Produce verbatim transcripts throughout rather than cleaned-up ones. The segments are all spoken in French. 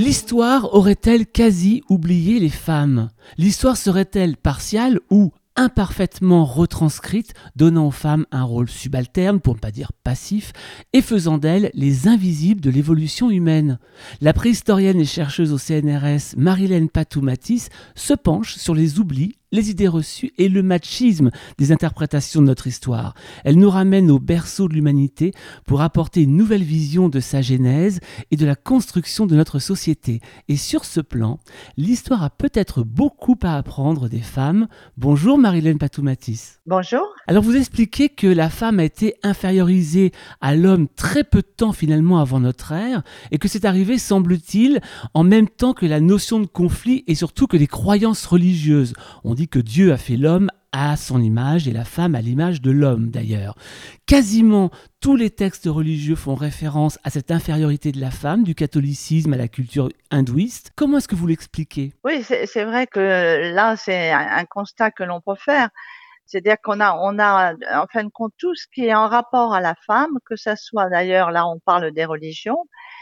L'histoire aurait-elle quasi oublié les femmes ? L'histoire serait-elle partiale ou imparfaitement retranscrite, donnant aux femmes un rôle subalterne, pour ne pas dire passif, et faisant d'elles les invisibles de l'évolution humaine. La préhistorienne et chercheuse au C N R S Marilène Patou-Mathis se penche sur les oublis, les idées reçues et le machisme des interprétations de notre histoire. Elle nous ramène au berceau de l'humanité pour apporter une nouvelle vision de sa genèse et de la construction de notre société. Et sur ce plan, l'histoire a peut-être beaucoup à apprendre des femmes. Bonjour Marilène Patou-Mathis. Bonjour. Alors vous expliquez que la femme a été infériorisée à l'homme très peu de temps finalement avant notre ère et que c'est arrivé, semble-t-il, en même temps que la notion de conflit et surtout que les croyances religieuses. On dit que Dieu a fait l'homme à son image et la femme à l'image de l'homme d'ailleurs. Quasiment tous les textes religieux font référence à cette infériorité de la femme, du catholicisme à la culture hindouiste. Comment est-ce que vous l'expliquez ? Oui, c'est, c'est vrai que là, c'est un, un constat que l'on peut faire. C'est-à-dire qu'on a, on a, en fin de compte, tout ce qui est en rapport à la femme, que ça soit d'ailleurs, là, on parle des religions,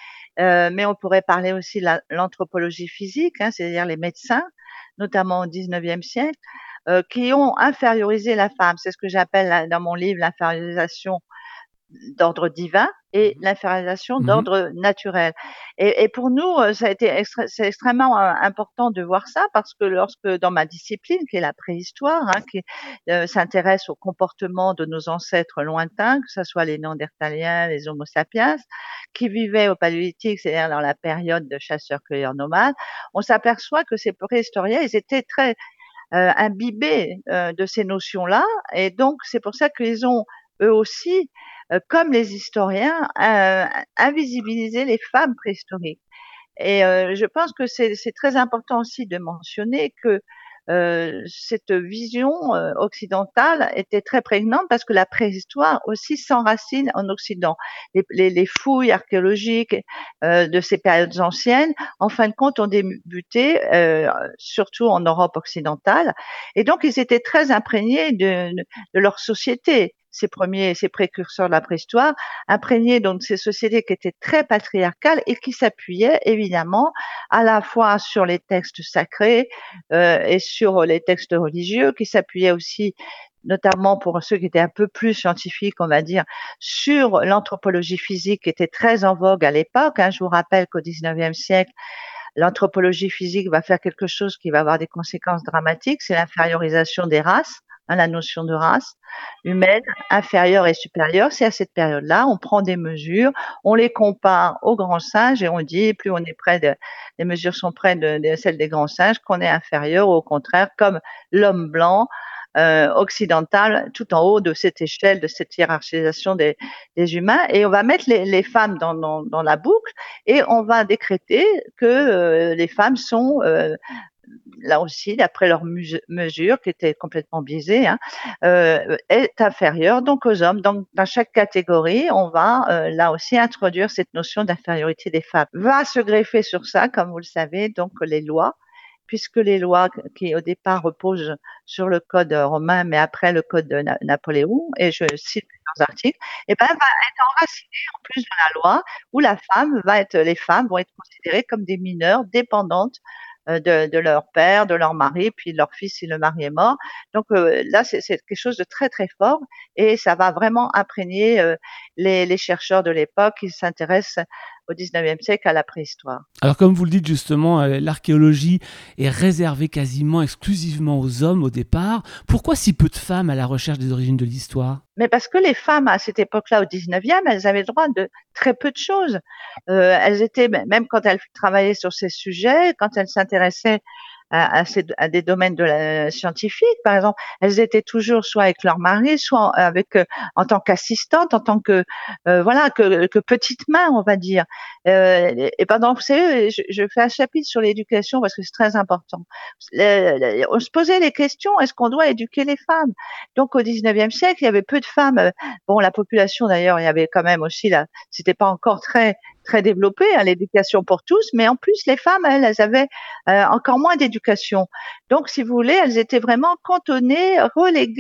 euh, mais on pourrait parler aussi de la, l'anthropologie physique, hein, c'est-à-dire les médecins, notamment au dix-neuvième siècle, euh, qui ont infériorisé la femme. C'est ce que j'appelle dans mon livre l'infériorisation d'ordre divin et l'infériorisation Mmh. d'ordre naturel. Et, et pour nous, ça a été extra- c'est extrêmement euh, important de voir ça parce que lorsque dans ma discipline, qui est la préhistoire, hein, qui euh, s'intéresse au comportement de nos ancêtres lointains, que ce soit les Néandertaliens, les Homo sapiens, qui vivaient au Paléolithique, c'est-à-dire dans la période de chasseurs-cueilleurs nomades, on s'aperçoit que ces préhistoriens, ils étaient très euh, imbibés euh, de ces notions-là, et donc c'est pour ça qu'ils ont eux aussi, euh, comme les historiens, euh, invisibilisé les femmes préhistoriques. Et euh, je pense que c'est, c'est très important aussi de mentionner que euh, cette vision euh, occidentale était très prégnante parce que la préhistoire aussi s'enracine en Occident. Les, les, les fouilles archéologiques euh, de ces périodes anciennes, en fin de compte, ont débuté euh, surtout en Europe occidentale. Et donc, ils étaient très imprégnés de, de leur société. Ces premiers, ces précurseurs de la préhistoire, imprégnés donc de ces sociétés qui étaient très patriarcales et qui s'appuyaient évidemment à la fois sur les textes sacrés euh, et sur les textes religieux, qui s'appuyaient aussi notamment pour ceux qui étaient un peu plus scientifiques, on va dire, sur l'anthropologie physique qui était très en vogue à l'époque. Hein. Je vous rappelle qu'au dix-neuvième siècle, l'anthropologie physique va faire quelque chose qui va avoir des conséquences dramatiques, c'est l'infériorisation des races. Hein, la notion de race humaine, inférieure et supérieure, c'est à cette période-là, on prend des mesures, on les compare aux grands singes et on dit, plus on est près de, les mesures sont près de, de celles des grands singes, qu'on est inférieur, ou au contraire, comme l'homme blanc, euh, occidental, tout en haut de cette échelle, de cette hiérarchisation des, des humains, et on va mettre les, les femmes dans, dans, dans la boucle, et on va décréter que euh, les femmes sont euh, là aussi, d'après leurs mesures, qui étaient complètement biaisées, hein, euh, est inférieure donc aux hommes. Donc, dans chaque catégorie, on va euh, là aussi introduire cette notion d'infériorité des femmes. Va se greffer sur ça, comme vous le savez, donc les lois, puisque les lois qui au départ reposent sur le code romain, mais après le code de Na- Napoléon, et je cite plusieurs articles, et ben, va être enracinée en plus de la loi, où la femme va être, les femmes vont être considérées comme des mineures dépendantes de, de leur père, de leur mari, puis de leur fils si le mari est mort. Donc euh, là, c'est, c'est quelque chose de très très fort et ça va vraiment imprégner euh, les, les chercheurs de l'époque qui s'intéressent au dix-neuvième siècle à la préhistoire. Alors comme vous le dites justement, euh, l'archéologie est réservée quasiment exclusivement aux hommes au départ. Pourquoi si peu de femmes à la recherche des origines de l'histoire ? Mais parce que les femmes à cette époque-là, au dix-neuvième, elles avaient le droit de très peu de choses. Euh, elles étaient, même quand elles travaillaient sur ces sujets, quand elles s'intéressaient à, à, ces, à des domaines de la scientifique, par exemple, elles étaient toujours soit avec leur mari, soit avec euh, en tant qu'assistante, en tant que euh, voilà que, que petite main, on va dire. Euh, et pendant, vous savez, je, je fais un chapitre sur l'éducation parce que c'est très important. Le, le, on se posait les questions, est-ce qu'on doit éduquer les femmes? Donc au dix-neuvième siècle, il y avait peu de femmes. Bon, la population d'ailleurs, il y avait quand même aussi là, c'était pas encore très très développé, hein, l'éducation pour tous, mais en plus les femmes, elles, elles avaient euh, encore moins d'éducation. Donc, si vous voulez, elles étaient vraiment cantonnées, reléguées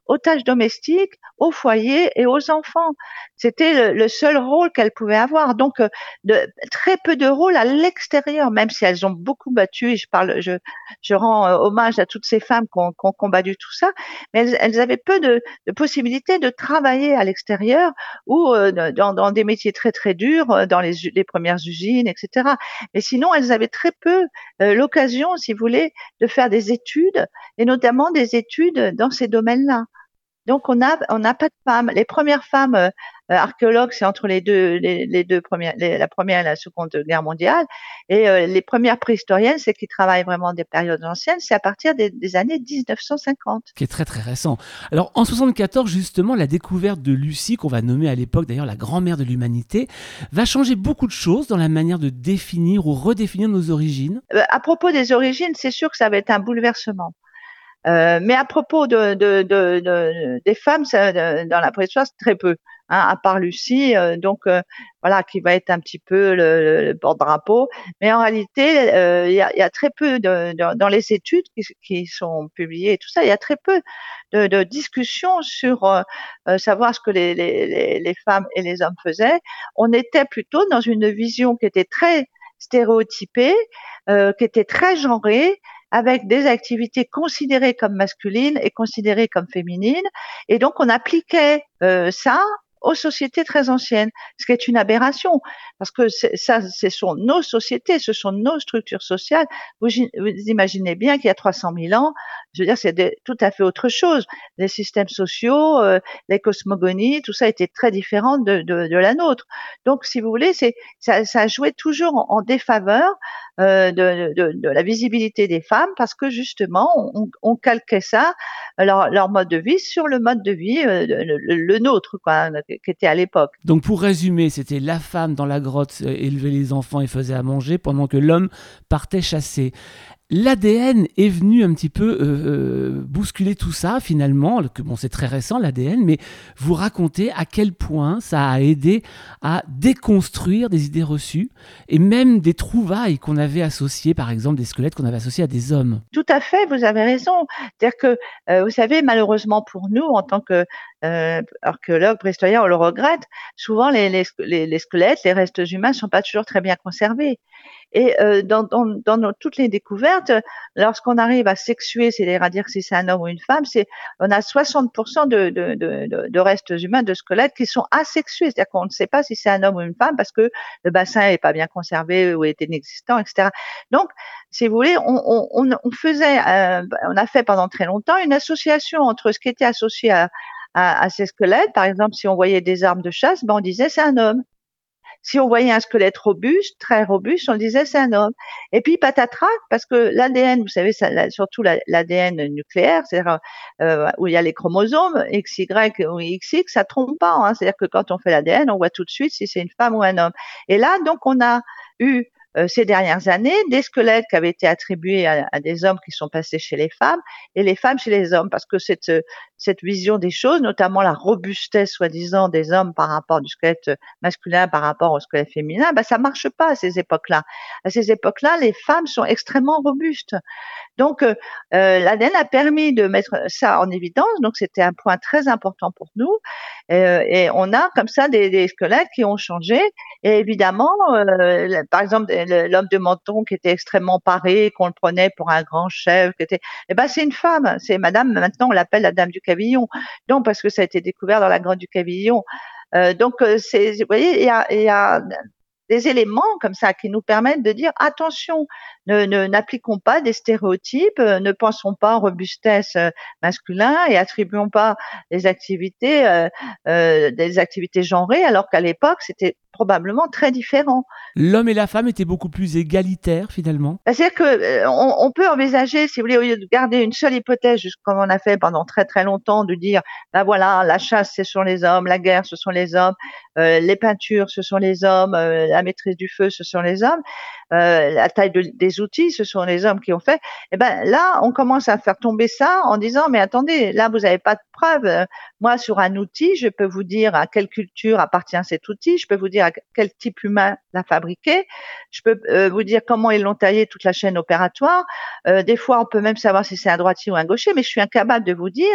aux tâches domestiques, au foyer et aux enfants. C'était le, le seul rôle qu'elles pouvaient avoir. Donc, euh, de, très peu de rôles à l'extérieur, même si elles ont beaucoup battu. Et je parle, je, je rends euh, hommage à toutes ces femmes qui ont, qui ont combattu tout ça, mais elles, elles avaient peu de, de possibilités de travailler à l'extérieur ou euh, dans, dans des métiers très très durs, euh, dans les, les premières usines, et cetera. Mais sinon, elles avaient très peu euh, l'occasion, si vous voulez, de faire des études, et notamment des études dans ces domaines-là. Donc on a on n'a pas de femmes. Les premières femmes euh, euh, archéologues, c'est entre les deux les, les deux premières, les- la première et la seconde guerre mondiale. Et euh, les premières préhistoriennes, c'est qui travaillent vraiment des périodes anciennes, c'est à partir des, des années dix-neuf cent cinquante. Qui est très très récent. Alors en soixante-quatorze, justement, la découverte de Lucie, qu'on va nommer à l'époque d'ailleurs la grand-mère de l'humanité, va changer beaucoup de choses dans la manière de définir ou redéfinir nos origines. Euh, à propos des origines, c'est sûr que ça va être un bouleversement. Euh, mais à propos de, de, de, de des femmes, ça, de, dans la préhistoire, c'est très peu, hein, à part Lucie, euh, donc euh, voilà, qui va être un petit peu le, le porte-drapeau. Mais en réalité, euh, il y, a, y a très peu de, de, dans les études qui, qui sont publiées et tout ça, il y a très peu de, de discussions sur euh, euh, savoir ce que les, les, les, les femmes et les hommes faisaient. On était plutôt dans une vision qui était très stéréotypée, euh, qui était très genrée, avec des activités considérées comme masculines et considérées comme féminines. Et donc, on appliquait euh, ça aux sociétés très anciennes, ce qui est une aberration, parce que ça, ce sont nos sociétés, ce sont nos structures sociales. Vous, vous imaginez bien qu'il y a trois cent mille ans, je veux dire, c'est des, tout à fait autre chose. Les systèmes sociaux, euh, les cosmogonies, tout ça était très différent de, de, de la nôtre. Donc, si vous voulez, c'est, ça, ça jouait toujours en, en défaveur euh, de, de, de la visibilité des femmes, parce que justement, on, on calquait ça, leur, leur mode de vie, sur le mode de vie, euh, le, le, le nôtre, quoi, qui était à l'époque. Donc pour résumer, c'était la femme dans la grotte euh, élevait les enfants et faisait à manger pendant que l'homme partait chasser. L'A D N est venu un petit peu euh, euh, bousculer tout ça finalement, que bon c'est très récent l'A D N, mais vous racontez à quel point ça a aidé à déconstruire des idées reçues et même des trouvailles qu'on avait associées, par exemple des squelettes qu'on avait associés à des hommes. Tout à fait, vous avez raison. C'est-à-dire que, euh, vous savez, malheureusement pour nous, en tant que euh, archéologues, préhistoriens, on le regrette, souvent les, les, les squelettes, les restes humains ne sont pas toujours très bien conservés. Et euh, dans, dans, dans nos, toutes les découvertes, lorsqu'on arrive à sexuer, c'est-à-dire à dire si c'est un homme ou une femme, c'est on a soixante pour cent de, de, de, de restes humains, de squelettes qui sont asexués, c'est-à-dire qu'on ne sait pas si c'est un homme ou une femme parce que le bassin n'est pas bien conservé ou est inexistant, et cetera. Donc, si vous voulez, on, on, on faisait, euh, on a fait pendant très longtemps une association entre ce qui était associé à, à, à ces squelettes. Par exemple, si on voyait des armes de chasse, ben on disait c'est un homme. Si on voyait un squelette robuste, très robuste, on disait c'est un homme. Et puis patatrac, parce que l'A D N, vous savez, ça, surtout l'A D N nucléaire, c'est-à-dire euh, où il y a les chromosomes X Y ou X X, ça trompe pas. Hein, c'est-à-dire que quand on fait l'A D N, on voit tout de suite si c'est une femme ou un homme. Et là, donc, on a eu euh, ces dernières années des squelettes qui avaient été attribués à, à des hommes qui sont passés chez les femmes et les femmes chez les hommes, parce que cette cette vision des choses, notamment la robustesse soi-disant des hommes par rapport du squelette masculin par rapport au squelette féminin, bah ça marche pas à ces époques-là. À ces époques-là, les femmes sont extrêmement robustes. Donc, euh, l'A D N a permis de mettre ça en évidence. Donc, c'était un point très important pour nous. Euh, et on a comme ça des, des squelettes qui ont changé. Et évidemment, euh, par exemple, l'homme de Menton qui était extrêmement paré, qu'on le prenait pour un grand chef, qui était, eh ben, c'est une femme. C'est Madame. Maintenant, on l'appelle la Dame du Cavillon. Donc, parce que ça a été découvert dans la grotte du Cavillon. Euh, donc, c'est, vous voyez, il y a, il y a des éléments comme ça qui nous permettent de dire attention, ne, ne n'appliquons pas des stéréotypes, euh, ne pensons pas en robustesse euh, masculin et attribuons pas des activités euh, euh, des activités genrées alors qu'à l'époque c'était probablement très différent. L'homme et la femme étaient beaucoup plus égalitaires finalement. C'est-à-dire que euh, on, on peut envisager, si vous voulez, au lieu de garder une seule hypothèse, juste comme on a fait pendant très très longtemps, de dire ben voilà, la chasse ce sont les hommes, la guerre ce sont les hommes, euh, les peintures ce sont les hommes, euh, la maîtrise du feu ce sont les hommes, euh, la taille de, des outils ce sont les hommes qui ont fait. Et ben là, on commence à faire tomber ça en disant mais attendez, là vous n'avez pas de preuves. Moi, sur un outil, je peux vous dire à quelle culture appartient cet outil, je peux vous dire à quel type humain l'a fabriqué, je peux euh, vous dire comment ils l'ont taillé toute la chaîne opératoire. Euh, des fois, on peut même savoir si c'est un droitier ou un gaucher, mais je suis incapable de vous dire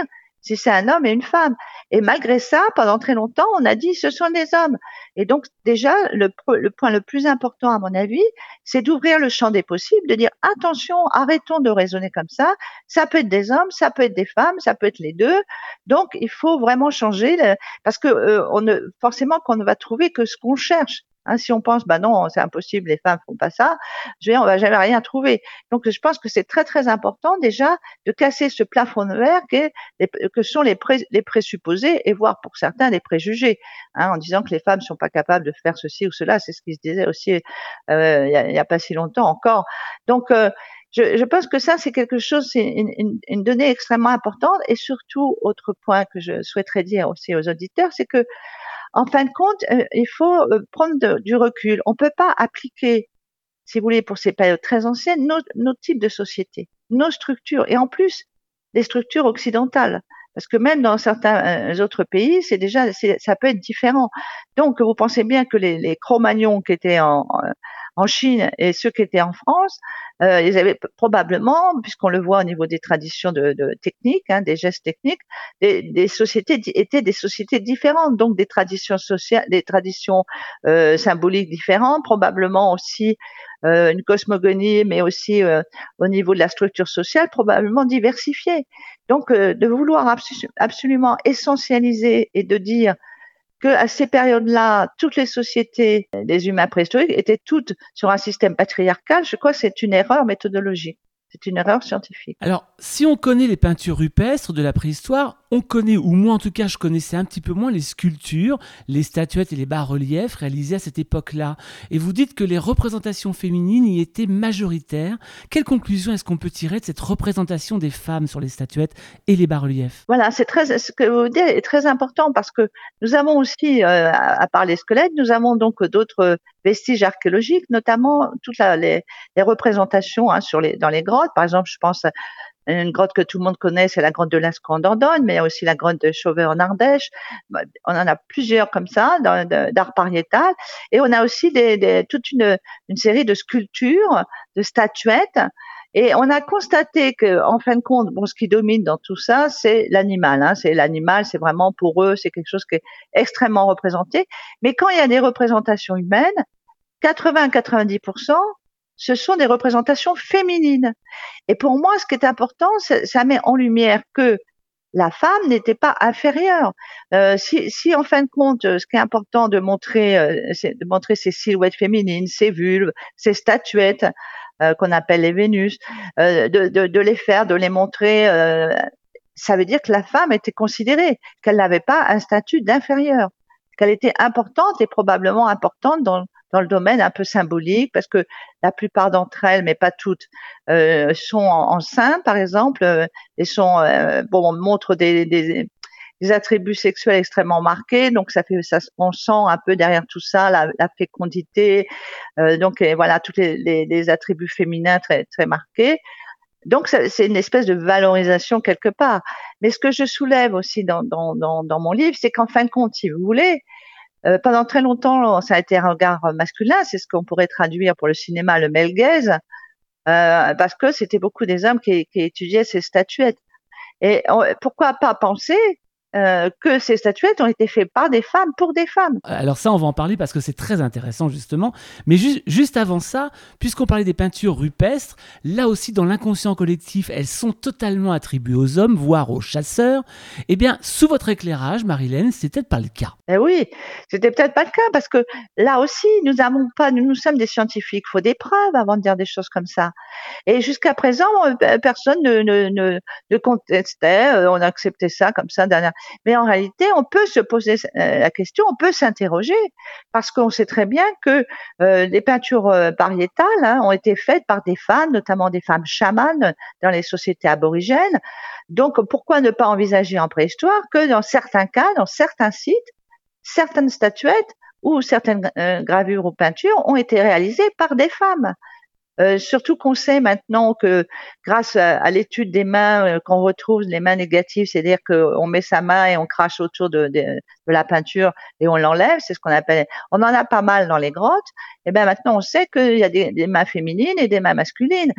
si c'est un homme et une femme. Et malgré ça, pendant très longtemps, on a dit ce sont des hommes. Et donc déjà, le, le point le plus important à mon avis, c'est d'ouvrir le champ des possibles, de dire attention, arrêtons de raisonner comme ça. Ça peut être des hommes, ça peut être des femmes, ça peut être les deux. Donc il faut vraiment changer, le, parce que euh, on ne, forcément qu'on ne va trouver que ce qu'on cherche. Hein, si on pense, bah non, c'est impossible, les femmes font pas ça, je veux dire, on va jamais rien trouver. Donc, je pense que c'est très très important déjà de casser ce plafond de verre que, que sont les, pré, les présupposés et voire pour certains les préjugés, hein, en disant que les femmes sont pas capables de faire ceci ou cela. C'est ce qui se disait aussi euh, il y a, il y a pas si longtemps encore. Donc, euh, je, je pense que ça c'est quelque chose, c'est une, une, une donnée extrêmement importante. Et surtout, autre point que je souhaiterais dire aussi aux auditeurs, c'est que en fin de compte, euh, il faut euh, prendre de, du recul. On peut pas appliquer, si vous voulez, pour ces périodes très anciennes, nos, nos types de sociétés, nos structures, et en plus, les structures occidentales. Parce que même dans certains euh, autres pays, c'est déjà, c'est, ça peut être différent. Donc, vous pensez bien que les, les Cro-Magnons qui étaient en, en Chine et ceux qui étaient en France, euh, ils avaient probablement, puisqu'on le voit au niveau des traditions de, de techniques, hein, des gestes techniques, des, des sociétés étaient des sociétés différentes, donc des traditions sociales, des traditions euh, symboliques différentes, probablement aussi euh, une cosmogonie, mais aussi euh, au niveau de la structure sociale, probablement diversifiée. Donc, euh, de vouloir abs- absolument essentialiser et de dire que à ces périodes-là, toutes les sociétés des humains préhistoriques étaient toutes sur un système patriarcal, je crois que c'est une erreur méthodologique. C'est une erreur scientifique. Alors, si on connaît les peintures rupestres de la préhistoire, on connaît, ou moi en tout cas je connaissais un petit peu moins les sculptures, les statuettes et les bas-reliefs réalisés à cette époque-là. Et vous dites que les représentations féminines y étaient majoritaires. Quelle conclusion est-ce qu'on peut tirer de cette représentation des femmes sur les statuettes et les bas-reliefs ? Voilà, c'est très, ce que vous dites est très important parce que nous avons aussi, euh, à part les squelettes, nous avons donc d'autres vestiges archéologiques, notamment toutes la, les, les représentations hein, sur les, dans les grottes. Par exemple, je pense à une grotte que tout le monde connaît, c'est la grotte de Lascaux en Dordogne, mais il y a aussi la grotte de Chauvet en Ardèche. On en a plusieurs comme ça, dans, d'art pariétal. Et on a aussi des, des, toute une, une série de sculptures, de statuettes. Et on a constaté que, en fin de compte, bon, ce qui domine dans tout ça, c'est l'animal. Hein. C'est l'animal, c'est vraiment pour eux, c'est quelque chose qui est extrêmement représenté. Mais quand il y a des représentations humaines, quatre-vingts à quatre-vingt-dix pour cent, ce sont des représentations féminines. Et pour moi, ce qui est important, ça met en lumière que la femme n'était pas inférieure. Euh, si, si en fin de compte, ce qui est important de montrer, euh, c'est de montrer ces silhouettes féminines, ces vulves, ces statuettes euh, qu'on appelle les Vénus, euh, de, de, de les faire, de les montrer, euh, ça veut dire que la femme était considérée, qu'elle n'avait pas un statut d'inférieur, qu'elle était importante et probablement importante dans dans le domaine un peu symbolique, parce que la plupart d'entre elles, mais pas toutes, euh, sont enceintes, par exemple, euh, et sont, euh, bon, montrent des, des, des attributs sexuels extrêmement marqués, donc ça fait, ça, on sent un peu derrière tout ça la, la fécondité, euh, donc et voilà, tous les, les, les attributs féminins très, très marqués. Donc c'est une espèce de valorisation quelque part. Mais ce que je soulève aussi dans, dans, dans, dans mon livre, c'est qu'en fin de compte, si vous voulez, Euh, pendant très longtemps, ça a été un regard masculin, c'est ce qu'on pourrait traduire pour le cinéma le male gaze, euh, parce que c'était beaucoup des hommes qui, qui étudiaient ces statuettes. Et on, pourquoi pas penser euh, que ces statuettes ont été faites par des femmes pour des femmes. Alors ça, on va en parler parce que c'est très intéressant justement. Mais ju- juste avant ça, puisqu'on parlait des peintures rupestres, là aussi dans l'inconscient collectif, elles sont totalement attribuées aux hommes, voire aux chasseurs. Eh bien, sous votre éclairage, Marilène, c'était peut-être pas le cas. Eh oui, c'était peut-être pas le cas parce que là aussi, nous avons pas, nous, nous sommes des scientifiques, il faut des preuves avant de dire des choses comme ça. Et jusqu'à présent, personne ne, ne, ne, ne contestait, on acceptait ça comme ça. Mais en réalité, on peut se poser la question, on peut s'interroger, parce qu'on sait très bien que euh, les peintures pariétales hein, ont été faites par des femmes, notamment des femmes chamanes dans les sociétés aborigènes. Donc, pourquoi ne pas envisager en préhistoire que dans certains cas, dans certains sites, certaines statuettes ou certaines euh, gravures ou peintures ont été réalisées par des femmes. Euh, surtout qu'on sait maintenant que grâce à, à l'étude des mains, euh, qu'on retrouve les mains négatives, c'est-à-dire qu'on met sa main et on crache autour de, de, de la peinture et on l'enlève, c'est ce qu'on appelle, on en a pas mal dans les grottes, et bien maintenant on sait qu'il y a des, des mains féminines et des mains masculines.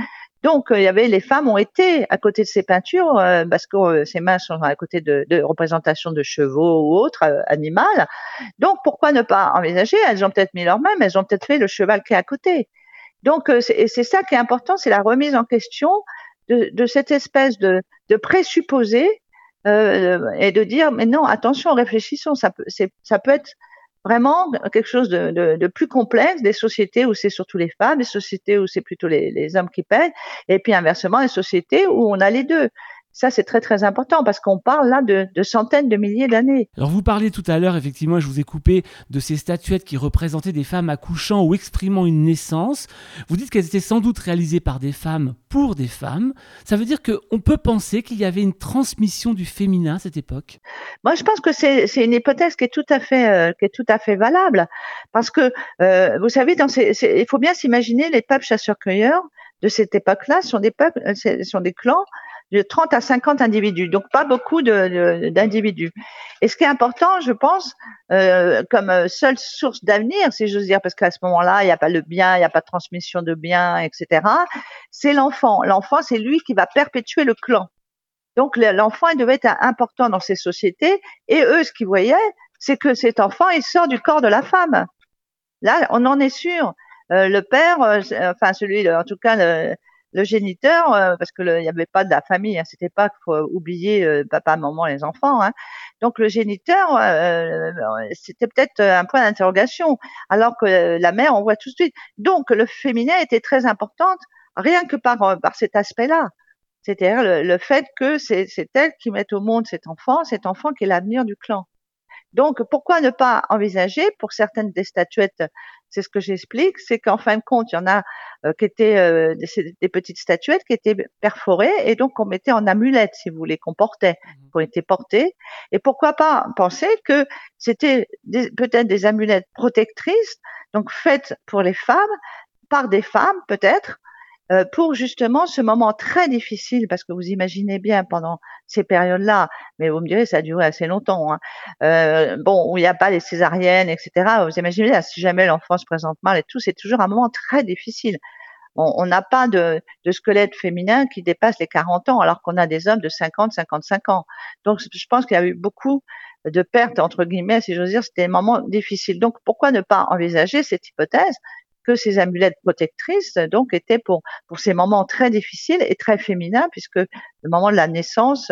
Donc, euh, il y avait les femmes ont été à côté de ces peintures euh, parce que euh, ces mains sont à côté de, de représentations de chevaux ou autres euh, animaux. Donc, pourquoi ne pas envisager? Elles ont peut-être mis leurs mains, mais elles ont peut-être fait le cheval qui est à côté. Donc, euh, c'est, et c'est ça qui est important, c'est la remise en question de, de cette espèce de, de présupposé euh, et de dire, mais non, attention, réfléchissons, ça peut, c'est, ça peut être vraiment quelque chose de, de, de plus complexe, des sociétés où c'est surtout les femmes, des sociétés où c'est plutôt les, les hommes qui payent, et puis inversement, les sociétés où on a les deux. Ça, c'est très très important parce qu'on parle là de, de centaines de milliers d'années. Alors vous parliez tout à l'heure, effectivement, je vous ai coupé, de ces statuettes qui représentaient des femmes accouchant ou exprimant une naissance. Vous dites qu'elles étaient sans doute réalisées par des femmes pour des femmes. Ça veut dire qu'on peut penser qu'il y avait une transmission du féminin à cette époque? Moi, je pense que c'est, c'est une hypothèse qui est tout à fait, euh, qui est tout à fait valable, parce que euh, vous savez, dans ces, c'est, il faut bien s'imaginer les peuples chasseurs-cueilleurs de cette époque-là sont des peuples, euh, sont des clans de trente à cinquante individus, donc pas beaucoup de, de, d'individus. Et ce qui est important, je pense, euh, comme seule source d'avenir, si j'ose dire, parce qu'à ce moment-là, il n'y a pas le bien, il n'y a pas de transmission de biens, et cetera, c'est l'enfant. L'enfant, c'est lui qui va perpétuer le clan. Donc l'enfant, il devait être important dans ces sociétés. Et eux, ce qu'ils voyaient, c'est que cet enfant, il sort du corps de la femme. Là, on en est sûr. Euh, le père, euh, enfin celui, en tout cas le, le géniteur, euh, parce que il n'y avait pas de la famille, hein, c'était pas qu'il faut oublier euh, papa, maman, les enfants. Hein. Donc le géniteur, euh, c'était peut-être un point d'interrogation, alors que la mère, on voit tout de suite. Donc le féminin était très importante, rien que par par cet aspect-là. C'est-à-dire le, le fait que c'est, c'est elle qui met au monde cet enfant, cet enfant qui est l'avenir du clan. Donc, pourquoi ne pas envisager, pour certaines des statuettes, c'est ce que j'explique, c'est qu'en fin de compte, il y en a euh, qui étaient euh, des, des petites statuettes qui étaient perforées et donc qu'on mettait en amulette, si vous voulez, qu'on portait, qui ont été portées. Et pourquoi pas penser que c'était des, peut-être des amulettes protectrices, donc faites pour les femmes, par des femmes peut-être, euh, pour justement ce moment très difficile, parce que vous imaginez bien pendant ces périodes-là, mais vous me direz ça a duré assez longtemps, hein, euh, bon, où il n'y a pas les césariennes, et cetera. Vous imaginez, là, si jamais l'enfant se présente mal et tout, c'est toujours un moment très difficile. On n'a pas de, de squelette féminin qui dépasse les quarante ans, alors qu'on a des hommes de cinquante, cinquante-cinq ans. Donc, je pense qu'il y a eu beaucoup de pertes, entre guillemets, si j'ose dire, c'était un moment difficile. Donc, pourquoi ne pas envisager cette hypothèse que ces amulettes protectrices, donc, étaient pour, pour ces moments très difficiles et très féminins, puisque le moment de la naissance,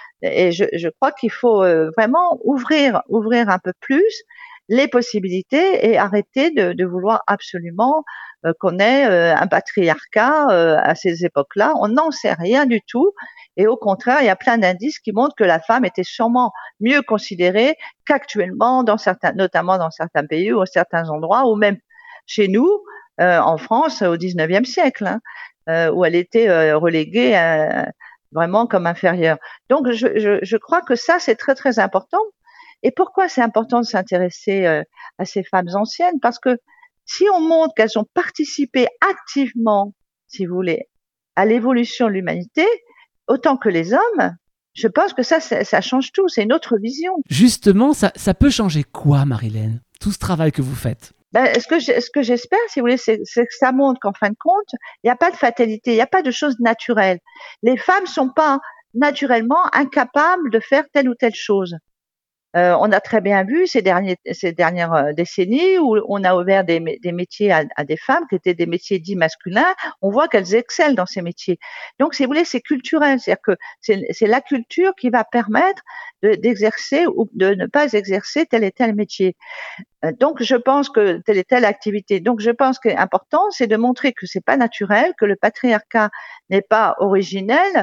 et je, je crois qu'il faut vraiment ouvrir, ouvrir un peu plus les possibilités et arrêter de, de vouloir absolument euh, qu'on ait euh, un patriarcat euh, à ces époques-là. On n'en sait rien du tout. Et au contraire, il y a plein d'indices qui montrent que la femme était sûrement mieux considérée qu'actuellement, dans certains, notamment dans certains pays ou à certains endroits, ou même chez nous, euh, en France, au dix-neuvième siècle, hein, euh, où elle était euh, reléguée à, vraiment comme inférieure. Donc, je, je, je crois que ça, c'est très, très important. Et pourquoi c'est important de s'intéresser euh, à ces femmes anciennes? Parce que si on montre qu'elles ont participé activement, si vous voulez, à l'évolution de l'humanité, autant que les hommes, je pense que ça, ça, ça change tout. C'est une autre vision. Justement, ça, ça peut changer quoi, Marilène, tout ce travail que vous faites? Ben, ce que je, ce que j'espère, si vous voulez, c'est, c'est que ça montre qu'en fin de compte, il n'y a pas de fatalité, il n'y a pas de choses naturelles. Les femmes sont pas naturellement incapables de faire telle ou telle chose. Euh, on a très bien vu ces, derniers, ces dernières euh, décennies où on a ouvert des, des métiers à, à des femmes qui étaient des métiers dits masculins. On voit qu'elles excellent dans ces métiers. Donc, si vous voulez, c'est culturel. C'est-à-dire que c'est, c'est la culture qui va permettre de, d'exercer ou de ne pas exercer tel et tel métier. Euh, donc, je pense que telle et telle activité. Donc, je pense que l'important, c'est de montrer que c'est pas naturel, que le patriarcat n'est pas originel.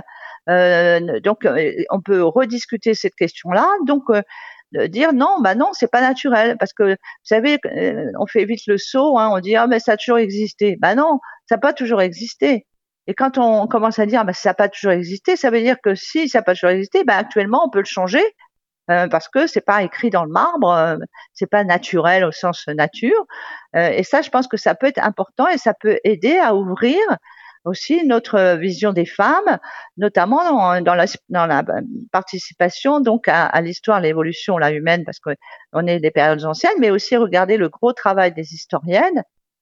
Euh, donc, euh, on peut rediscuter cette question-là. Donc, euh, de dire non, bah non, c'est pas naturel, parce que vous savez, euh, on fait vite le saut, hein, on dit ah mais ça a toujours existé. Bah non, ça n'a pas toujours existé. Et quand on commence à dire bah ça n'a pas toujours existé, ça veut dire que si ça n'a pas toujours existé, bah actuellement on peut le changer euh, parce que c'est pas écrit dans le marbre, euh, c'est pas naturel au sens nature. Euh, et ça, je pense que ça peut être important et ça peut aider à ouvrir aussi notre vision des femmes, notamment dans, dans, la, dans la participation donc à, à l'histoire, l'évolution là humaine, parce qu'on est des périodes anciennes, mais aussi regarder le gros travail des historiennes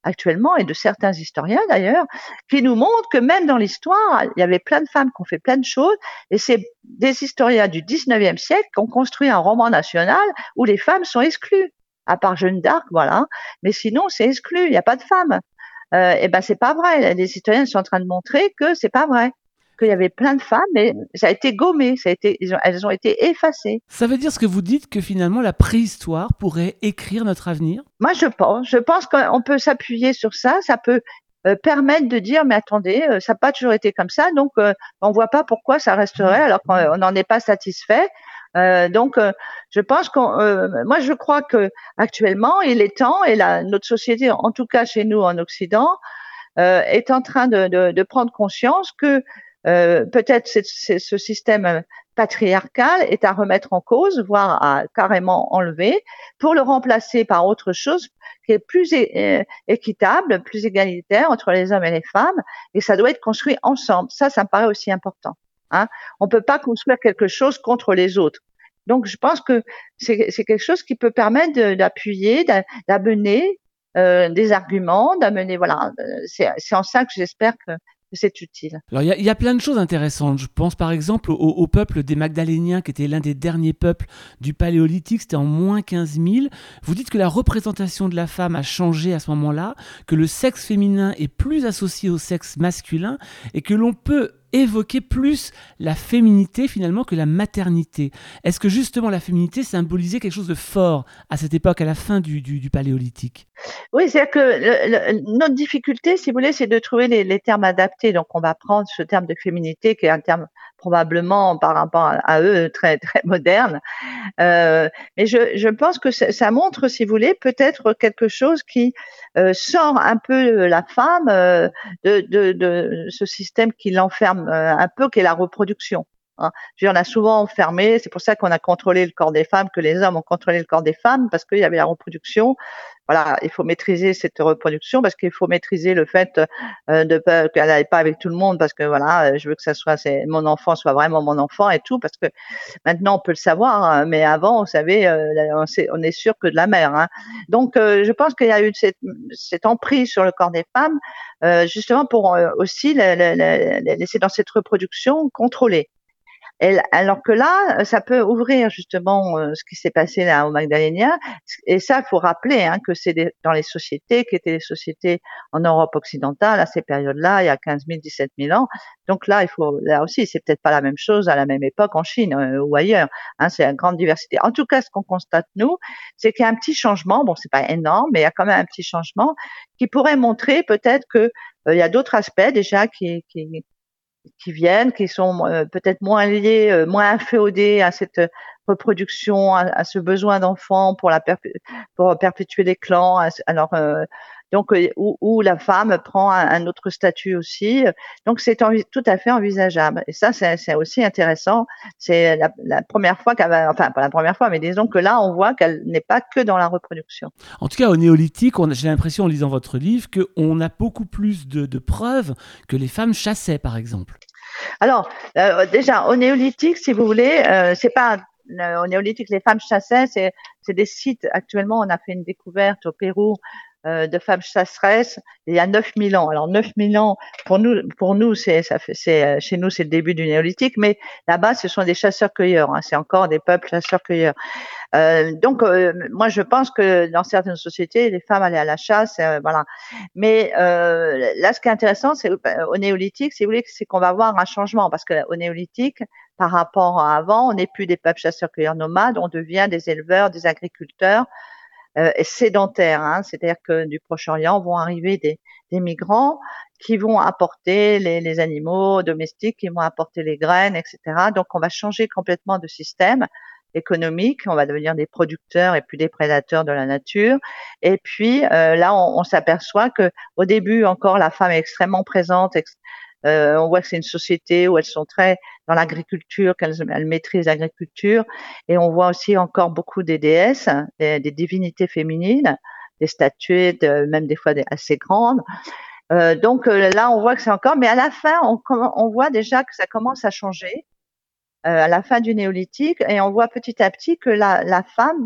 actuellement, et de certains historiens d'ailleurs, qui nous montrent que même dans l'histoire, il y avait plein de femmes qui ont fait plein de choses, et c'est des historiens du dix-neuvième siècle qui ont construit un roman national où les femmes sont exclues, à part Jeanne d'Arc, voilà, mais sinon c'est exclu, il n'y a pas de femmes. Euh, et ben c'est pas vrai. Les historiens sont en train de montrer que c'est pas vrai, qu'il y avait plein de femmes, mais ça a été gommé, ça a été, ils ont- elles ont été effacées. Ça veut dire ce que vous dites que finalement la préhistoire pourrait écrire notre avenir? Moi, je pense, je pense qu'on peut s'appuyer sur ça, ça peut euh, permettre de dire, mais attendez, euh, ça n'a pas toujours été comme ça, donc euh, on voit pas pourquoi ça resterait alors qu'on n'en est pas satisfait. Euh, donc, euh, je pense qu'on, euh, moi, je crois que actuellement, il est temps, et la, notre société, en tout cas chez nous en Occident, euh, est en train de, de, de prendre conscience que euh, peut-être c'est, c'est ce système patriarcal est à remettre en cause, voire à carrément enlever, pour le remplacer par autre chose qui est plus é- équitable, plus égalitaire entre les hommes et les femmes, et ça doit être construit ensemble. Ça, ça me paraît aussi important. Hein. On ne peut pas construire quelque chose contre les autres. Donc, je pense que c'est, c'est quelque chose qui peut permettre de, d'appuyer, d'amener euh, des arguments, d'amener, voilà, euh, c'est, c'est en ça que j'espère que, que c'est utile. Alors il y, a- il y a plein de choses intéressantes. Je pense par exemple au, au peuple des Magdaléniens, qui était l'un des derniers peuples du Paléolithique, c'était en moins quinze mille. Vous dites que la représentation de la femme a changé à ce moment-là, que le sexe féminin est plus associé au sexe masculin et que l'on peut évoquer plus la féminité finalement que la maternité. Est-ce que justement la féminité symbolisait quelque chose de fort à cette époque, à la fin du, du, du Paléolithique? Oui, c'est-à-dire que le, le, notre difficulté, si vous voulez, c'est de trouver les, les termes adaptés. Donc, on va prendre ce terme de féminité, qui est un terme probablement par rapport à, à eux très très moderne. Euh, mais je, je pense que ça, ça montre, si vous voulez, peut-être quelque chose qui euh, sort un peu la femme euh, de, de, de ce système qui l'enferme euh, un peu, qui est la reproduction. Hein. Je veux dire, on a souvent enfermé, c'est pour ça qu'on a contrôlé le corps des femmes, que les hommes ont contrôlé le corps des femmes, parce qu'il y avait la reproduction. Voilà, il faut maîtriser cette reproduction, parce qu'il faut maîtriser le fait euh, de pas qu'elle n'aille pas avec tout le monde, parce que voilà, je veux que ça soit, c'est, mon enfant soit vraiment mon enfant et tout, parce que maintenant on peut le savoir, hein, mais avant on savait, euh, on, sait, on est sûr que de la mère. Hein. Donc euh, je pense qu'il y a eu cette, cette emprise sur le corps des femmes, euh, justement pour euh, aussi la, la, la, la laisser dans cette reproduction contrôlée. Et, alors que là, ça peut ouvrir justement euh, ce qui s'est passé là au Magdalénien. Et ça, il faut rappeler hein, que c'est des, dans les sociétés qui étaient les sociétés en Europe occidentale à ces périodes-là, il y a quinze mille, dix-sept mille ans. Donc là, il faut là aussi, c'est peut-être pas la même chose à la même époque en Chine euh, ou ailleurs. Hein, c'est une grande diversité. En tout cas, ce qu'on constate nous, c'est qu'il y a un petit changement. Bon, c'est pas énorme, mais il y a quand même un petit changement qui pourrait montrer peut-être que euh, il y a d'autres aspects déjà qui, qui qui viennent, qui sont euh, peut-être moins liés, euh, moins inféodés à cette reproduction, à, à ce besoin d'enfants pour la perpé- pour perpétuer les clans. Alors euh, donc euh, où, où la femme prend un, un autre statut aussi. Donc c'est envi- tout à fait envisageable. Et ça c'est, c'est aussi intéressant. C'est la, la première fois qu'elle va, enfin pas la première fois, mais disons que là on voit qu'elle n'est pas que dans la reproduction. En tout cas, au néolithique, on a- j'ai l'impression en lisant votre livre qu'on a beaucoup plus de, de preuves que les femmes chassaient, par exemple. Alors, euh, déjà, au néolithique, si vous voulez, euh, c'est pas euh, au néolithique les femmes chassaient, c'est c'est des sites. Actuellement, on a fait une découverte au Pérou euh, de femmes chasseresses il y a neuf mille ans. Alors neuf mille ans pour nous, pour nous, c'est ça fait, c'est chez nous, c'est le début du néolithique, mais là-bas, ce sont des chasseurs-cueilleurs. Hein, c'est encore des peuples chasseurs-cueilleurs. Euh, donc, euh, moi, je pense que dans certaines sociétés, les femmes allaient à la chasse, euh, voilà. Mais euh, là, ce qui est intéressant, c'est euh, au néolithique, si vous voulez, c'est qu'on va avoir un changement, parce que au néolithique, par rapport à avant, on n'est plus des peuples chasseurs-cueilleurs nomades, on devient des éleveurs, des agriculteurs euh, sédentaires. Hein, c'est-à-dire que du Proche-Orient vont arriver des, des migrants qui vont apporter les, les animaux domestiques, qui vont apporter les graines, et cetera. Donc, on va changer complètement de système économique, on va devenir des producteurs et puis des prédateurs de la nature. Et puis euh, là, on, on s'aperçoit que au début encore, la femme est extrêmement présente. Ex- euh, on voit que c'est une société où elles sont très dans l'agriculture, qu'elles elles maîtrisent l'agriculture, et on voit aussi encore beaucoup des déesses, des, des divinités féminines, des statuettes, de, même des fois des, assez grandes. Euh, donc euh, là, on voit que c'est encore, mais à la fin, on, on voit déjà que ça commence à changer euh, à la fin du néolithique, et on voit petit à petit que la, la femme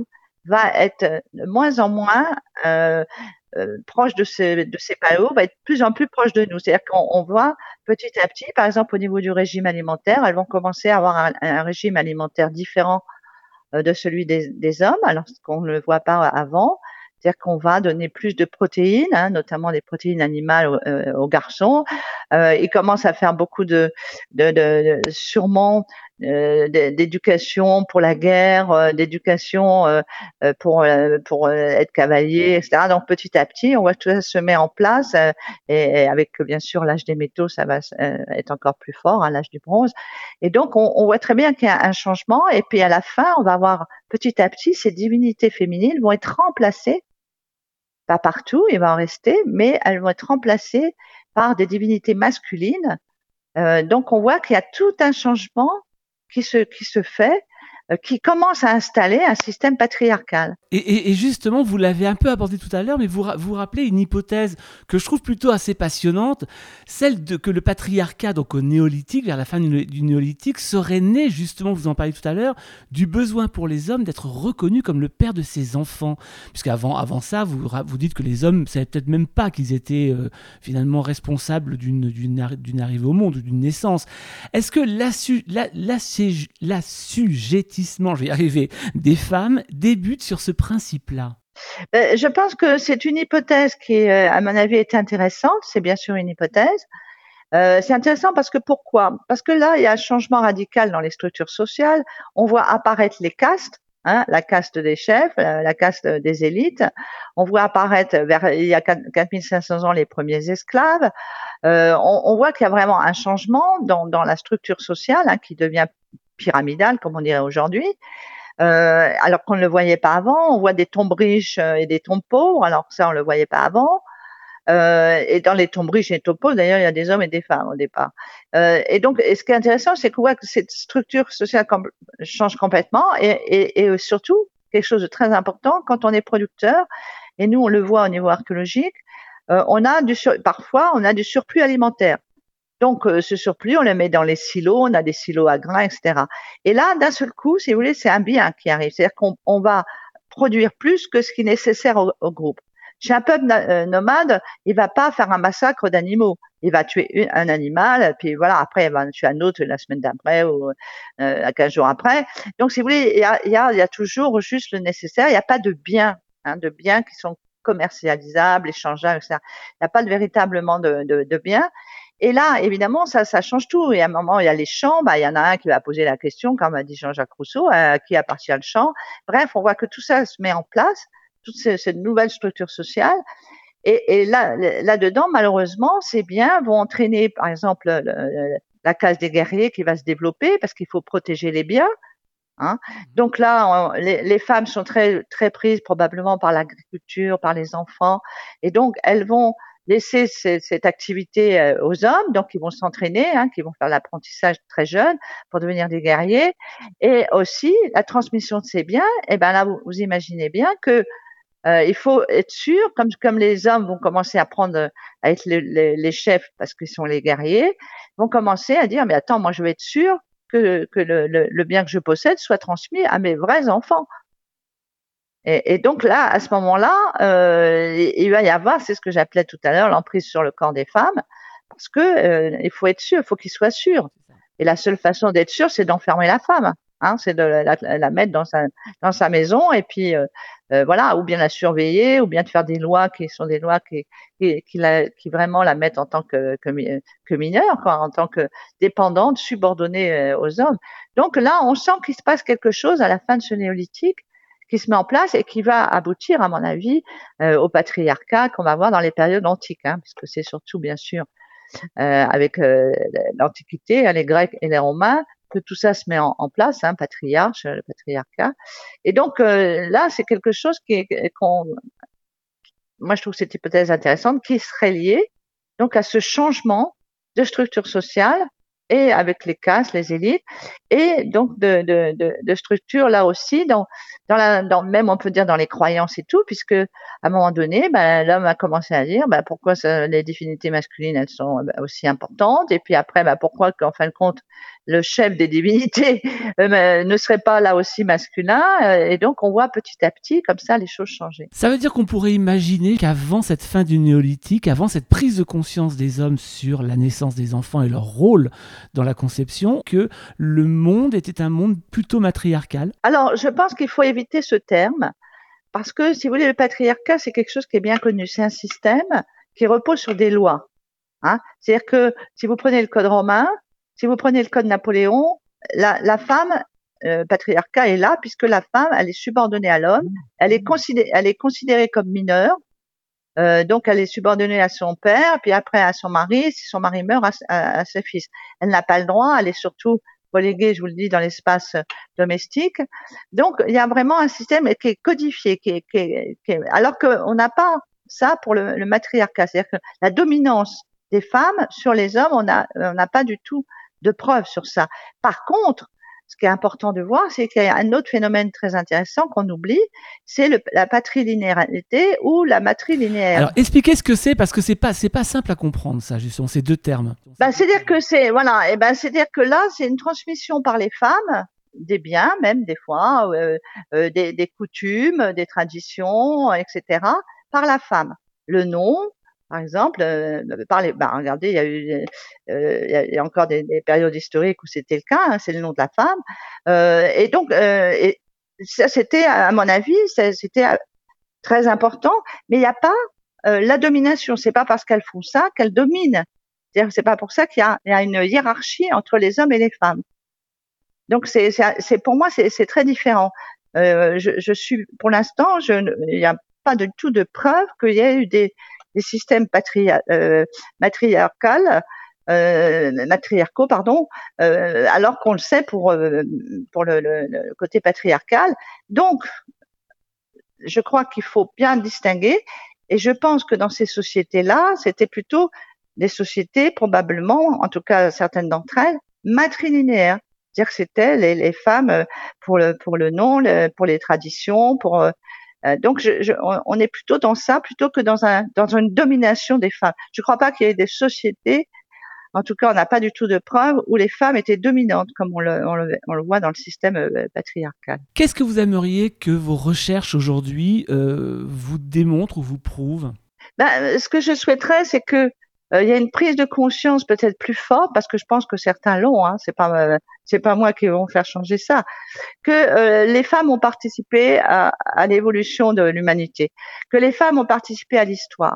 va être de moins en moins euh, euh, proche de ces, de ces paléos, va être de plus en plus proche de nous. C'est-à-dire qu'on on voit petit à petit, par exemple au niveau du régime alimentaire, elles vont commencer à avoir un, un régime alimentaire différent euh, de celui des, des hommes, alors qu'on ne le voit pas avant. C'est-à-dire qu'on va donner plus de protéines, hein, notamment des protéines animales euh, aux garçons. Euh, ils commencent à faire beaucoup de, de, de, de sûrement euh, d'éducation pour la guerre, euh, d'éducation euh, pour euh, pour euh, être cavalier, et cetera. Donc petit à petit, on voit que tout ça se met en place, euh, et, et avec bien sûr l'âge des métaux, ça va euh, être encore plus fort, hein, l'âge du bronze. Et donc on, on voit très bien qu'il y a un changement. Et puis à la fin, on va voir petit à petit ces divinités féminines vont être remplacées, pas partout, il va en rester, mais elles vont être remplacées par des divinités masculines. Euh, donc on voit qu'il y a tout un changement qui se, qui se fait, euh, qui commence à installer un système patriarcal. Et, et, et justement, vous l'avez un peu abordé tout à l'heure, mais vous vous rappelez une hypothèse que je trouve plutôt assez passionnante, celle de que le patriarcat, donc au néolithique, vers la fin du, du néolithique, serait né justement, vous en parliez tout à l'heure, du besoin pour les hommes d'être reconnus comme le père de ses enfants. Puisqu'avant avant ça, vous, vous dites que les hommes ne savaient peut-être même pas qu'ils étaient euh, finalement responsables d'une, d'une, d'une arrivée au monde ou d'une naissance. Est-ce que l'assu, la, la, l'assujettissement, je vais y arriver, des femmes débute sur ce principe-là? Euh, je pense que c'est une hypothèse qui, euh, à mon avis, est intéressante. C'est bien sûr une hypothèse. Euh, c'est intéressant parce que pourquoi? Parce que là, il y a un changement radical dans les structures sociales. On voit apparaître les castes, hein, la caste des chefs, la, la caste des élites. On voit apparaître vers il y a quatre mille cinq cents ans les premiers esclaves. Euh, on, on voit qu'il y a vraiment un changement dans, dans la structure sociale, hein, qui devient pyramidale, comme on dirait aujourd'hui. Euh, alors qu'on ne le voyait pas avant. On voit des tombes riches et des tombes pauvres, alors que ça, on le voyait pas avant. Euh, et dans les tombes riches et les tombes pauvres, d'ailleurs, il y a des hommes et des femmes au départ. Euh, et donc, et ce qui est intéressant, c'est qu'on voit que cette structure sociale com- change complètement, et, et, et surtout, quelque chose de très important, quand on est producteur, et nous, on le voit au niveau archéologique, euh, on a du sur- parfois, on a du surplus alimentaire. Donc, euh, ce surplus, on le met dans les silos, on a des silos à grains, et cetera. Et là, d'un seul coup, si vous voulez, c'est un bien qui arrive. C'est-à-dire qu'on on va produire plus que ce qui est nécessaire au, au groupe. Chez un peuple euh, nomade, il va pas faire un massacre d'animaux. Il va tuer une, un animal, puis voilà, après, il va en tuer un autre la semaine d'après ou euh, quinze jours après. Donc, si vous voulez, il y a, il y a, il y a toujours juste le nécessaire. Il n'y a pas de biens, hein, de biens qui sont commercialisables, échangeables, et cetera. Il n'y a pas de, véritablement de, de, de biens. Et là, évidemment, ça, ça change tout. Et à un moment, il y a les champs. Bah, il y en a un qui va poser la question, comme a dit Jean-Jacques Rousseau, à qui appartient le champ. Bref, on voit que tout ça se met en place, toute cette nouvelle structure sociale. Et, et là, là-dedans, malheureusement, ces biens vont entraîner, par exemple, le, le, la case des guerriers qui va se développer parce qu'il faut protéger les biens. Hein. Donc là, on, les, les femmes sont très, très prises probablement par l'agriculture, par les enfants. Et donc, elles vont laisser c- cette activité euh, aux hommes, donc ils vont s'entraîner, hein, qui vont faire l'apprentissage très jeune pour devenir des guerriers. Et aussi, la transmission de ces biens, et ben là, vous, vous imaginez bien que euh, il faut être sûr, comme, comme les hommes vont commencer à prendre, à être les, les, les chefs parce qu'ils sont les guerriers, vont commencer à dire, mais attends, moi je veux être sûr que, que le, le, le bien que je possède soit transmis à mes vrais enfants. Et, et donc là, à ce moment-là, euh, il va y avoir, c'est ce que j'appelais tout à l'heure, l'emprise sur le corps des femmes, parce que euh, il faut être sûr, il faut qu'ils soient sûrs. Et la seule façon d'être sûr, c'est d'enfermer la femme. Hein, c'est de la, la, la mettre dans sa, dans sa maison et puis euh, euh, voilà, ou bien la surveiller, ou bien de faire des lois qui sont des lois qui, qui, qui, la, qui vraiment la mettent en tant que, que, que mineure, quoi, en tant que dépendante, subordonnée euh, aux hommes. Donc là, on sent qu'il se passe quelque chose à la fin de ce néolithique qui se met en place et qui va aboutir, à mon avis, euh, au patriarcat qu'on va voir dans les périodes antiques, hein, puisque c'est surtout, bien sûr, euh, avec euh, l'Antiquité, hein, les Grecs et les Romains, que tout ça se met en, en place, hein, patriarche, le patriarcat. Et donc euh, là, c'est quelque chose qui est, qu'on, moi je trouve cette hypothèse intéressante, qui serait liée donc à ce changement de structure sociale et avec les castes, les élites, et donc de, de, de, de structure là aussi, dans, dans la, dans, même on peut dire dans les croyances et tout, puisque à un moment donné, ben, l'homme a commencé à dire ben, pourquoi ça, les divinités masculines elles sont ben, aussi importantes, et puis après ben, pourquoi qu'en fin de compte le chef des divinités euh, ne serait pas là aussi masculin, euh, et donc on voit petit à petit comme ça les choses changer. Ça veut dire qu'on pourrait imaginer qu'avant cette fin du néolithique, avant cette prise de conscience des hommes sur la naissance des enfants et leur rôle dans la conception, que le monde était un monde plutôt matriarcal. Alors je pense qu'il faut éviter ce terme, parce que si vous voulez, le patriarcat, c'est quelque chose qui est bien connu, c'est un système qui repose sur des lois. Hein. C'est-à-dire que si vous prenez le code romain, si vous prenez le code Napoléon, la, la femme, euh, patriarcat est là puisque la femme, elle est subordonnée à l'homme, elle est considérée, elle est considérée comme mineure, euh, donc elle est subordonnée à son père, puis après à son mari, si son mari meurt, à, à, à ses fils. Elle n'a pas le droit, elle est surtout reléguée, je vous le dis, dans l'espace domestique. Donc il y a vraiment un système qui est codifié, qui est, qui est, qui est, alors qu'on n'a pas ça pour le, le matriarcat, c'est-à-dire que la dominance des femmes sur les hommes, on n'a on n'a pas du tout de preuves sur ça. Par contre, ce qui est important de voir, c'est qu'il y a un autre phénomène très intéressant qu'on oublie, c'est le, la patrilinéarité ou la matrilinéaire. Alors, expliquez ce que c'est, parce que c'est pas c'est pas simple à comprendre, ça, justement, ces deux termes. Ben, c'est-à-dire que c'est voilà, et ben c'est-à-dire que là, c'est une transmission par les femmes des biens, même des fois, euh, euh, des, des coutumes, des traditions, et cetera, par la femme. Le nom, par exemple, euh, par les, bah, regardez, il y a eu, euh, il y a, il y a encore des, des périodes historiques où c'était le cas, hein, c'est le nom de la femme, euh, et donc, euh, et ça, c'était, à mon avis, c'était très important, mais il n'y a pas euh, la domination. C'est pas parce qu'elles font ça qu'elles dominent. C'est-à-dire, c'est pas pour ça qu'il y a, il y a une hiérarchie entre les hommes et les femmes. Donc, c'est, c'est, c'est pour moi, c'est, c'est très différent. Euh, je, je suis, pour l'instant, je, il n'y a pas du tout de preuve qu'il y ait eu des, des systèmes patria, euh, matriarcales, euh, matriarcaux, pardon, euh, alors qu'on le sait pour euh, pour le, le, le côté patriarcal. Donc, je crois qu'il faut bien distinguer, et je pense que dans ces sociétés-là, c'était plutôt des sociétés probablement, en tout cas certaines d'entre elles, matrilinéaires. C'est-à-dire que c'était les, les femmes pour le pour le nom, le, pour les traditions, pour euh, donc je, je, on est plutôt dans ça plutôt que dans un dans une domination des femmes. Je ne crois pas qu'il y ait des sociétés, en tout cas on n'a pas du tout de preuves où les femmes étaient dominantes comme on le, on le, on le voit dans le système euh, patriarcal. Qu'est-ce que vous aimeriez que vos recherches aujourd'hui euh, vous démontrent ou vous prouvent? Ben, ce que je souhaiterais, c'est que il euh, y a une prise de conscience peut-être plus forte, parce que je pense que certains l'ont, hein, c'est pas euh, c'est pas moi qui vont faire changer ça, que euh, les femmes ont participé à, à l'évolution de l'humanité, que les femmes ont participé à l'histoire.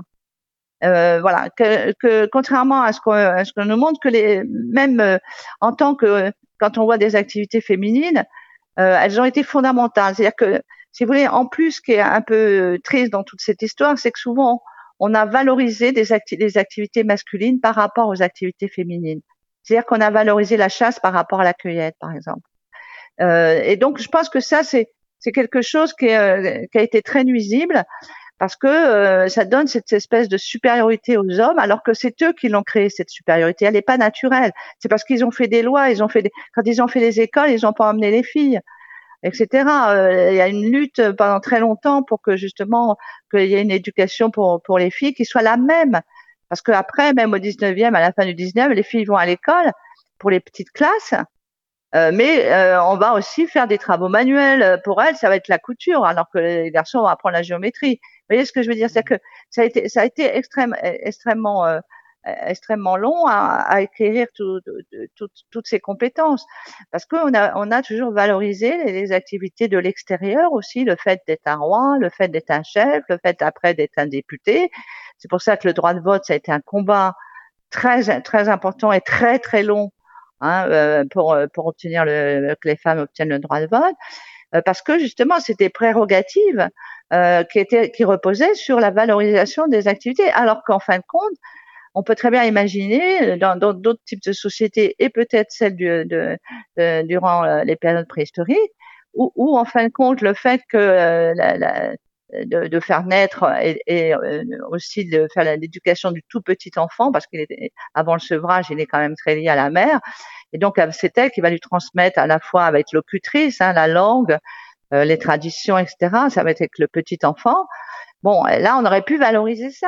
Euh, voilà, que, que contrairement à ce qu'on à ce qu'on nous montre, que les même euh, en tant que quand on voit des activités féminines, euh, elles ont été fondamentales. C'est-à-dire que, si vous voulez, en plus, ce qui est un peu triste dans toute cette histoire, c'est que souvent on a valorisé des, acti- des activités masculines par rapport aux activités féminines. C'est-à-dire qu'on a valorisé la chasse par rapport à la cueillette, par exemple. Euh, et donc, je pense que ça, c'est, c'est quelque chose qui, est, euh, qui a été très nuisible, parce que euh, ça donne cette espèce de supériorité aux hommes, alors que c'est eux qui l'ont créée, cette supériorité. Elle n'est pas naturelle. C'est parce qu'ils ont fait des lois, ils ont fait des... quand ils ont fait les écoles, ils n'ont pas emmené les filles, et cetera. Euh, il y a une lutte pendant très longtemps pour que justement qu'il y ait une éducation pour pour les filles qui soit la même, parce que après, même au dix-neuvième, à la fin du dix-neuvième, les filles vont à l'école pour les petites classes, euh, mais euh, on va aussi faire des travaux manuels. Pour elles, ça va être la couture, alors que les garçons vont apprendre la géométrie. Vous voyez ce que je veux dire, c'est que ça a été ça a été extrême, extrêmement euh, extrêmement long à, à acquérir tout, tout, tout, toutes ces compétences, parce qu'on a, on a toujours valorisé les, les activités de l'extérieur aussi, le fait d'être un roi, le fait d'être un chef, le fait après d'être un député. C'est pour ça que le droit de vote, ça a été un combat très très important et très très long, hein, euh, pour pour obtenir le, que les femmes obtiennent le droit de vote, euh, parce que justement c'était prérogatives euh, qui étaient qui reposaient sur la valorisation des activités, alors qu'en fin de compte, on peut très bien imaginer dans, dans d'autres types de sociétés, et peut-être celles du, de, de, durant les périodes préhistoriques, où, où en fin de compte le fait que euh, la, la, de, de faire naître et, et euh, aussi de faire l'éducation du tout petit enfant, parce qu'il est avant le sevrage, il est quand même très lié à la mère, et donc c'est elle qui va lui transmettre à la fois avec locutrice, hein, la langue, euh, les traditions, et cetera. Ça va être avec le petit enfant. Bon, là on aurait pu valoriser ça.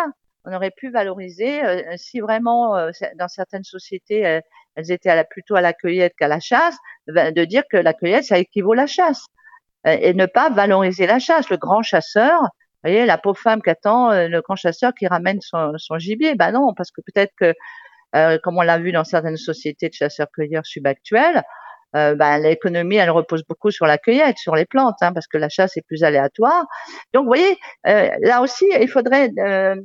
on aurait pu valoriser, euh, si vraiment, euh, dans certaines sociétés, euh, elles étaient à la, plutôt à la cueillette qu'à la chasse, ben, de dire que la cueillette, ça équivaut à la chasse. Euh, et ne pas valoriser la chasse. Le grand chasseur, vous voyez, la pauvre femme qui attend euh, le grand chasseur qui ramène son, son gibier. Ben non, parce que peut-être que, euh, comme on l'a vu dans certaines sociétés de chasseurs-cueilleurs subactuelles, euh, ben, l'économie, elle repose beaucoup sur la cueillette, sur les plantes, hein, parce que la chasse est plus aléatoire. Donc, vous voyez, euh, là aussi, il faudrait euh,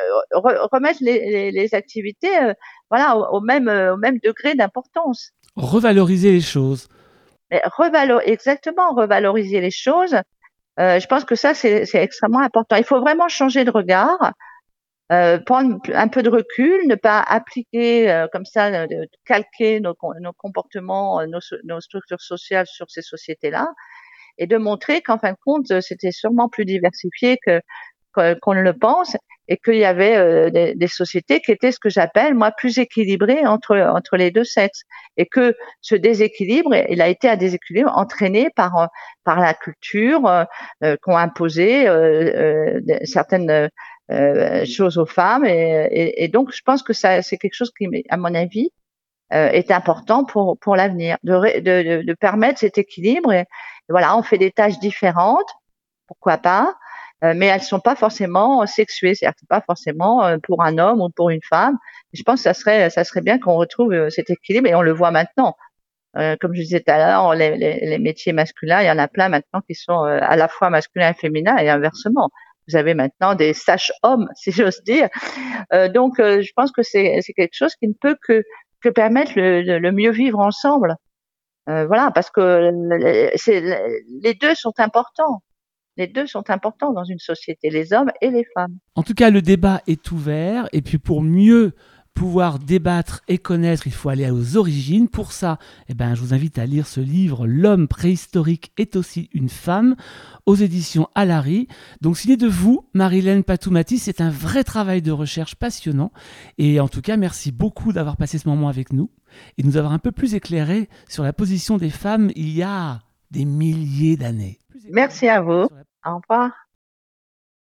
re- remettre les, les, les activités, euh, voilà, au, au même au même degré d'importance. Revaloriser les choses. Mais revalo- exactement, revaloriser les choses. Euh, je pense que ça, c'est, c'est extrêmement important. Il faut vraiment changer de regard, euh, prendre un peu de recul, ne pas appliquer euh, comme ça, euh, de calquer nos, nos comportements, nos, nos structures sociales sur ces sociétés-là, et de montrer qu'en fin de compte, c'était sûrement plus diversifié que qu'on ne le pense, et qu'il y avait euh, des, des sociétés qui étaient ce que j'appelle moi plus équilibrées entre entre les deux sexes, et que ce déséquilibre, il a été un déséquilibre entraîné par par la culture, euh, qu'ont imposé euh, euh, certaines euh, choses aux femmes, et, et, et donc je pense que ça c'est quelque chose qui, à mon avis, euh, est important pour pour l'avenir, de, de, de, de permettre cet équilibre. Et, et voilà, on fait des tâches différentes, pourquoi pas, euh, mais elles sont pas forcément sexuées, c'est-à-dire que c'est pas forcément euh, pour un homme ou pour une femme. Et je pense que ça serait, ça serait bien qu'on retrouve euh, cet équilibre, et on le voit maintenant. Euh, comme je disais tout à l'heure, les, les, les métiers masculins, il y en a plein maintenant qui sont euh, à la fois masculins et féminins, et inversement. Vous avez maintenant des sages-hommes, si j'ose dire. Euh, donc, euh, je pense que c'est, c'est quelque chose qui ne peut que, que permettre le, le, le mieux vivre ensemble. Euh, voilà, parce que c'est, les deux sont importants. Les deux sont importants dans une société, les hommes et les femmes. En tout cas, le débat est ouvert. Et puis, pour mieux pouvoir débattre et connaître, il faut aller aux origines. Pour ça, eh ben, je vous invite à lire ce livre, L'homme préhistorique est aussi une femme, aux éditions Alary. Donc, signé de vous, Marilène Patoumati, c'est un vrai travail de recherche passionnant. Et en tout cas, merci beaucoup d'avoir passé ce moment avec nous et de nous avoir un peu plus éclairé sur la position des femmes il y a des milliers d'années. Merci à vous. Au revoir.